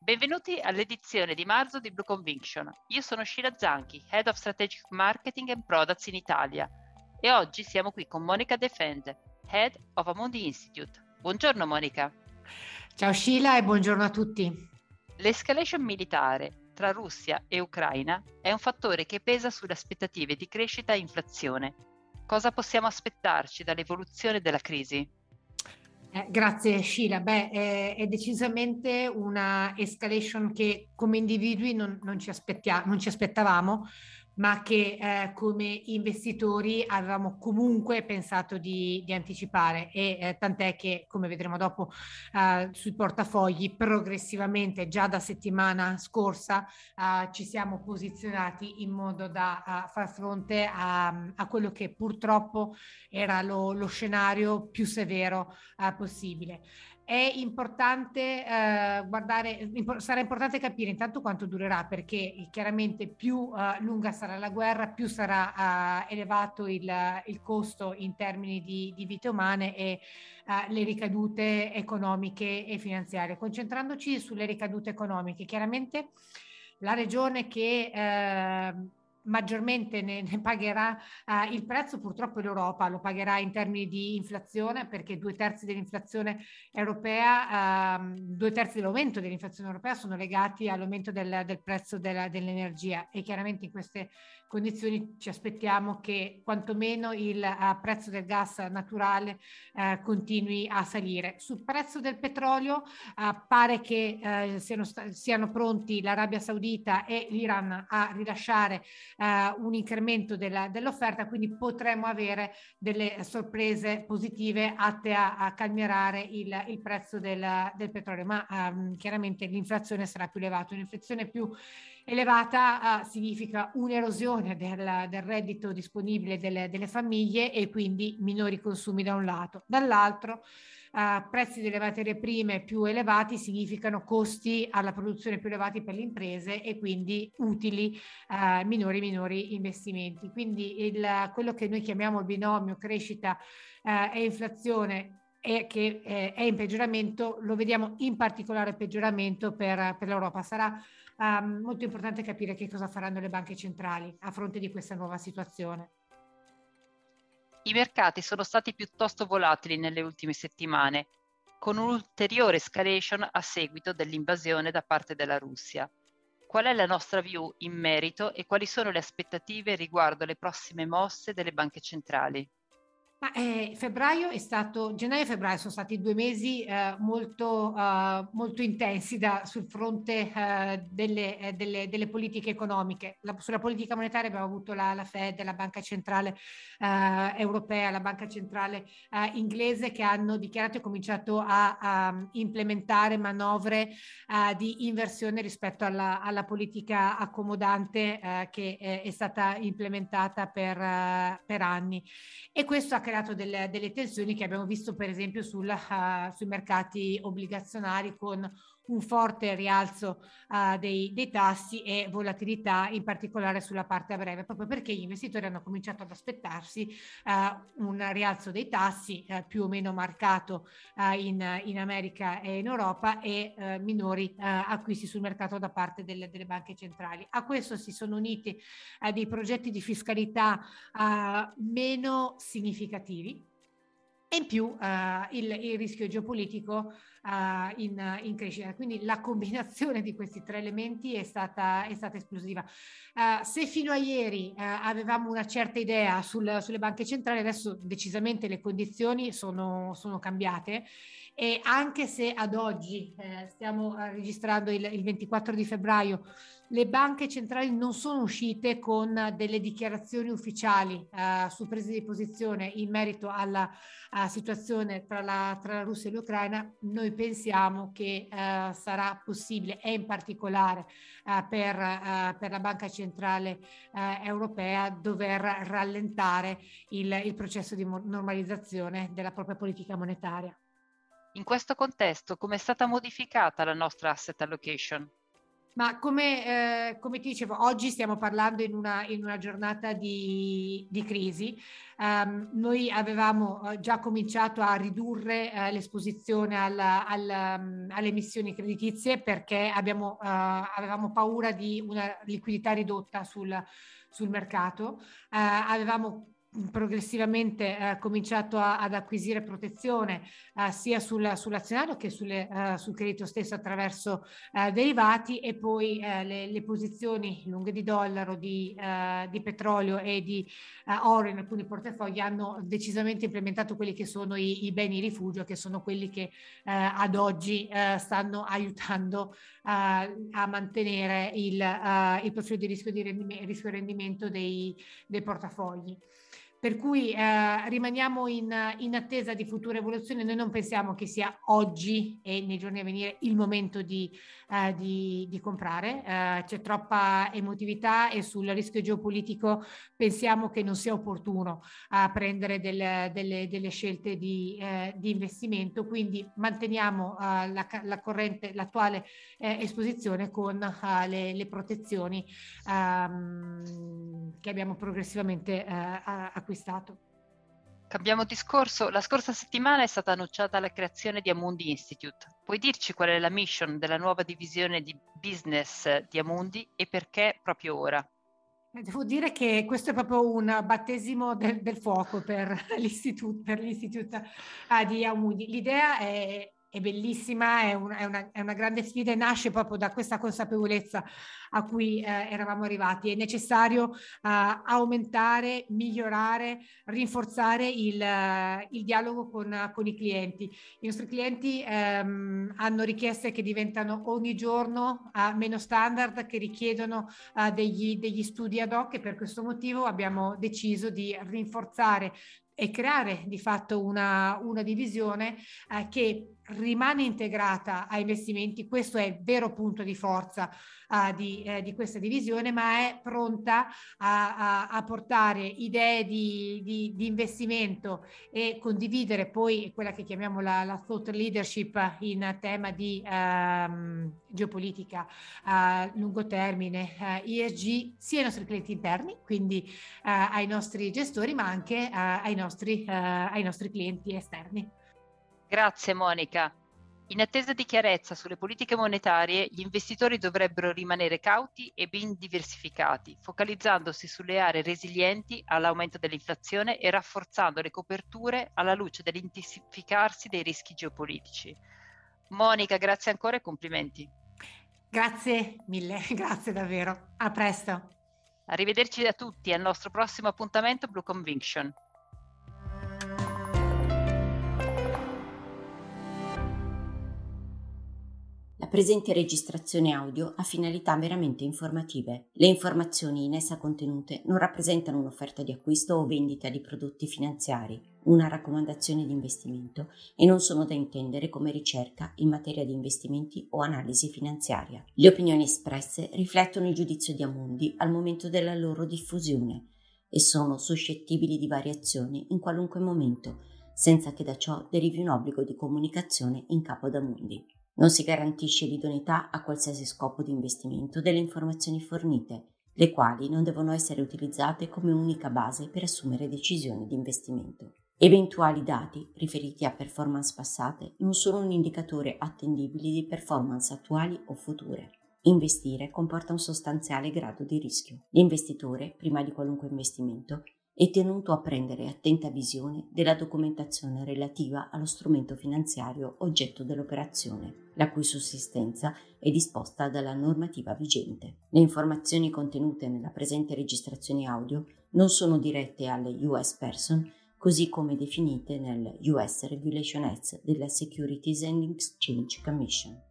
Benvenuti all'edizione di marzo di Blue Conviction. Io sono Sheila Zanchi, Head of Strategic Marketing and Products in Italia e oggi siamo qui con Monica Defend, Head of Amundi Institute. Buongiorno Monica. Ciao Sheila e buongiorno a tutti. L'escalation militare tra Russia e Ucraina è un fattore che pesa sulle aspettative di crescita e inflazione. Cosa possiamo aspettarci dall'evoluzione della crisi? Grazie Sheila. È decisamente una escalation che come individui non ci aspettavamo, ma che come investitori avevamo comunque pensato di anticipare e tant'è che, come vedremo dopo sui portafogli, progressivamente già da settimana scorsa ci siamo posizionati in modo da far fronte a quello che purtroppo era lo scenario più severo possibile. È importante sarà importante capire intanto quanto durerà, perché chiaramente più lunga sarà la guerra, più sarà elevato il costo in termini di vite umane e le ricadute economiche e finanziarie. Concentrandoci sulle ricadute economiche, chiaramente la regione che maggiormente ne pagherà il prezzo purtroppo l'Europa, lo pagherà in termini di inflazione, perché 2/3 dell'inflazione europea, 2/3 dell'aumento dell'inflazione europea sono legati all'aumento del prezzo dell'energia e chiaramente in queste condizioni ci aspettiamo che quantomeno il prezzo del gas naturale continui a salire. Sul prezzo del petrolio pare che siano pronti l'Arabia Saudita e l'Iran a rilasciare un incremento dell'offerta, quindi potremmo avere delle sorprese positive atte a calmierare il prezzo del petrolio, ma chiaramente l'inflazione sarà più elevata. Un'inflazione più elevata significa un'erosione del reddito disponibile delle famiglie e quindi minori consumi da un lato. Dall'altro prezzi delle materie prime più elevati significano costi alla produzione più elevati per le imprese e quindi utili minori investimenti. Quindi quello che noi chiamiamo il binomio crescita e inflazione che è in peggioramento, lo vediamo in particolare peggioramento per l'Europa. Sarà molto importante capire che cosa faranno le banche centrali a fronte di questa nuova situazione. I mercati sono stati piuttosto volatili nelle ultime settimane, con un'ulteriore escalation a seguito dell'invasione da parte della Russia. Qual è la nostra view in merito e quali sono le aspettative riguardo le prossime mosse delle banche centrali? Gennaio e febbraio sono stati 2 mesi molto intensi sul fronte delle politiche economiche. Sulla politica monetaria abbiamo avuto la Fed, la Banca Centrale Europea, la Banca Centrale inglese, che hanno dichiarato e cominciato a implementare manovre di inversione rispetto alla politica accomodante che è stata implementata per anni. E questo ha creato delle tensioni che abbiamo visto per esempio sui mercati obbligazionari, con un forte rialzo dei tassi e volatilità in particolare sulla parte a breve, proprio perché gli investitori hanno cominciato ad aspettarsi un rialzo dei tassi più o meno marcato in America e in Europa e minori acquisti sul mercato da parte delle banche centrali. A questo si sono uniti dei progetti di fiscalità meno significativi e in più il rischio geopolitico in crescita. Quindi la combinazione di questi tre elementi è stata esplosiva. Se fino a ieri avevamo una certa idea sulle banche centrali, adesso decisamente le condizioni sono cambiate, e anche se ad oggi stiamo registrando il 24 di febbraio, le banche centrali non sono uscite con delle dichiarazioni ufficiali su prese di posizione in merito alla situazione tra la Russia e l'Ucraina. Noi pensiamo che sarà possibile, e in particolare per la Banca Centrale Europea, dover rallentare il processo di normalizzazione della propria politica monetaria. In questo contesto, come è stata modificata la nostra asset allocation? Ma come ti dicevo, oggi stiamo parlando in una giornata di crisi. Noi avevamo già cominciato a ridurre l'esposizione alle emissioni creditizie perché avevamo paura di una liquidità ridotta sul mercato. Avevamo progressivamente cominciato ad acquisire protezione sia sull'azionario che sul credito stesso attraverso derivati, e poi le posizioni lunghe di dollaro, di petrolio e di oro in alcuni portafogli hanno decisamente implementato quelli che sono i beni rifugio, che sono quelli che ad oggi stanno aiutando a mantenere il profilo di rischio e rendimento dei portafogli. Per cui rimaniamo in attesa di future evoluzioni. Noi non pensiamo che sia oggi e nei giorni a venire il momento di comprare. C'è troppa emotività e sul rischio geopolitico pensiamo che non sia opportuno prendere delle scelte di investimento. Quindi manteniamo l'attuale esposizione con le protezioni che abbiamo progressivamente acquistato. Cambiamo discorso. La scorsa settimana è stata annunciata la creazione di Amundi Institute. Puoi dirci qual è la mission della nuova divisione di business di Amundi e perché proprio ora? Devo dire che questo è proprio un battesimo del fuoco per l'Institute di Amundi. L'idea è bellissima, è una grande sfida e nasce proprio da questa consapevolezza a cui eravamo arrivati. È necessario aumentare, migliorare, rinforzare il dialogo con i clienti. I nostri clienti hanno richieste che diventano ogni giorno meno standard, che richiedono degli studi ad hoc, e per questo motivo abbiamo deciso di rinforzare e creare di fatto una divisione che rimane integrata a investimenti. Questo è il vero punto di forza di questa divisione, ma è pronta a portare idee di investimento e condividere poi quella che chiamiamo la thought leadership in tema di geopolitica a lungo termine, ESG, sia ai nostri clienti interni, quindi ai nostri gestori, ma anche ai nostri clienti esterni. Grazie Monica. In attesa di chiarezza sulle politiche monetarie, gli investitori dovrebbero rimanere cauti e ben diversificati, focalizzandosi sulle aree resilienti all'aumento dell'inflazione e rafforzando le coperture alla luce dell'intensificarsi dei rischi geopolitici. Monica, grazie ancora e complimenti. Grazie mille, grazie davvero. A presto. Arrivederci a tutti al nostro prossimo appuntamento Blue Conviction. La presente registrazione audio ha finalità meramente informative. Le informazioni in essa contenute non rappresentano un'offerta di acquisto o vendita di prodotti finanziari, una raccomandazione di investimento e non sono da intendere come ricerca in materia di investimenti o analisi finanziaria. Le opinioni espresse riflettono il giudizio di Amundi al momento della loro diffusione e sono suscettibili di variazioni in qualunque momento, senza che da ciò derivi un obbligo di comunicazione in capo ad Amundi. Non si garantisce l'idoneità a qualsiasi scopo di investimento delle informazioni fornite, le quali non devono essere utilizzate come unica base per assumere decisioni di investimento. Eventuali dati riferiti a performance passate non sono un indicatore attendibile di performance attuali o future. Investire comporta un sostanziale grado di rischio. L'investitore, prima di qualunque investimento, è tenuto a prendere attenta visione della documentazione relativa allo strumento finanziario oggetto dell'operazione, la cui sussistenza è disposta dalla normativa vigente. Le informazioni contenute nella presente registrazione audio non sono dirette alle US Person, così come definite nel US Regulation Act della Securities and Exchange Commission.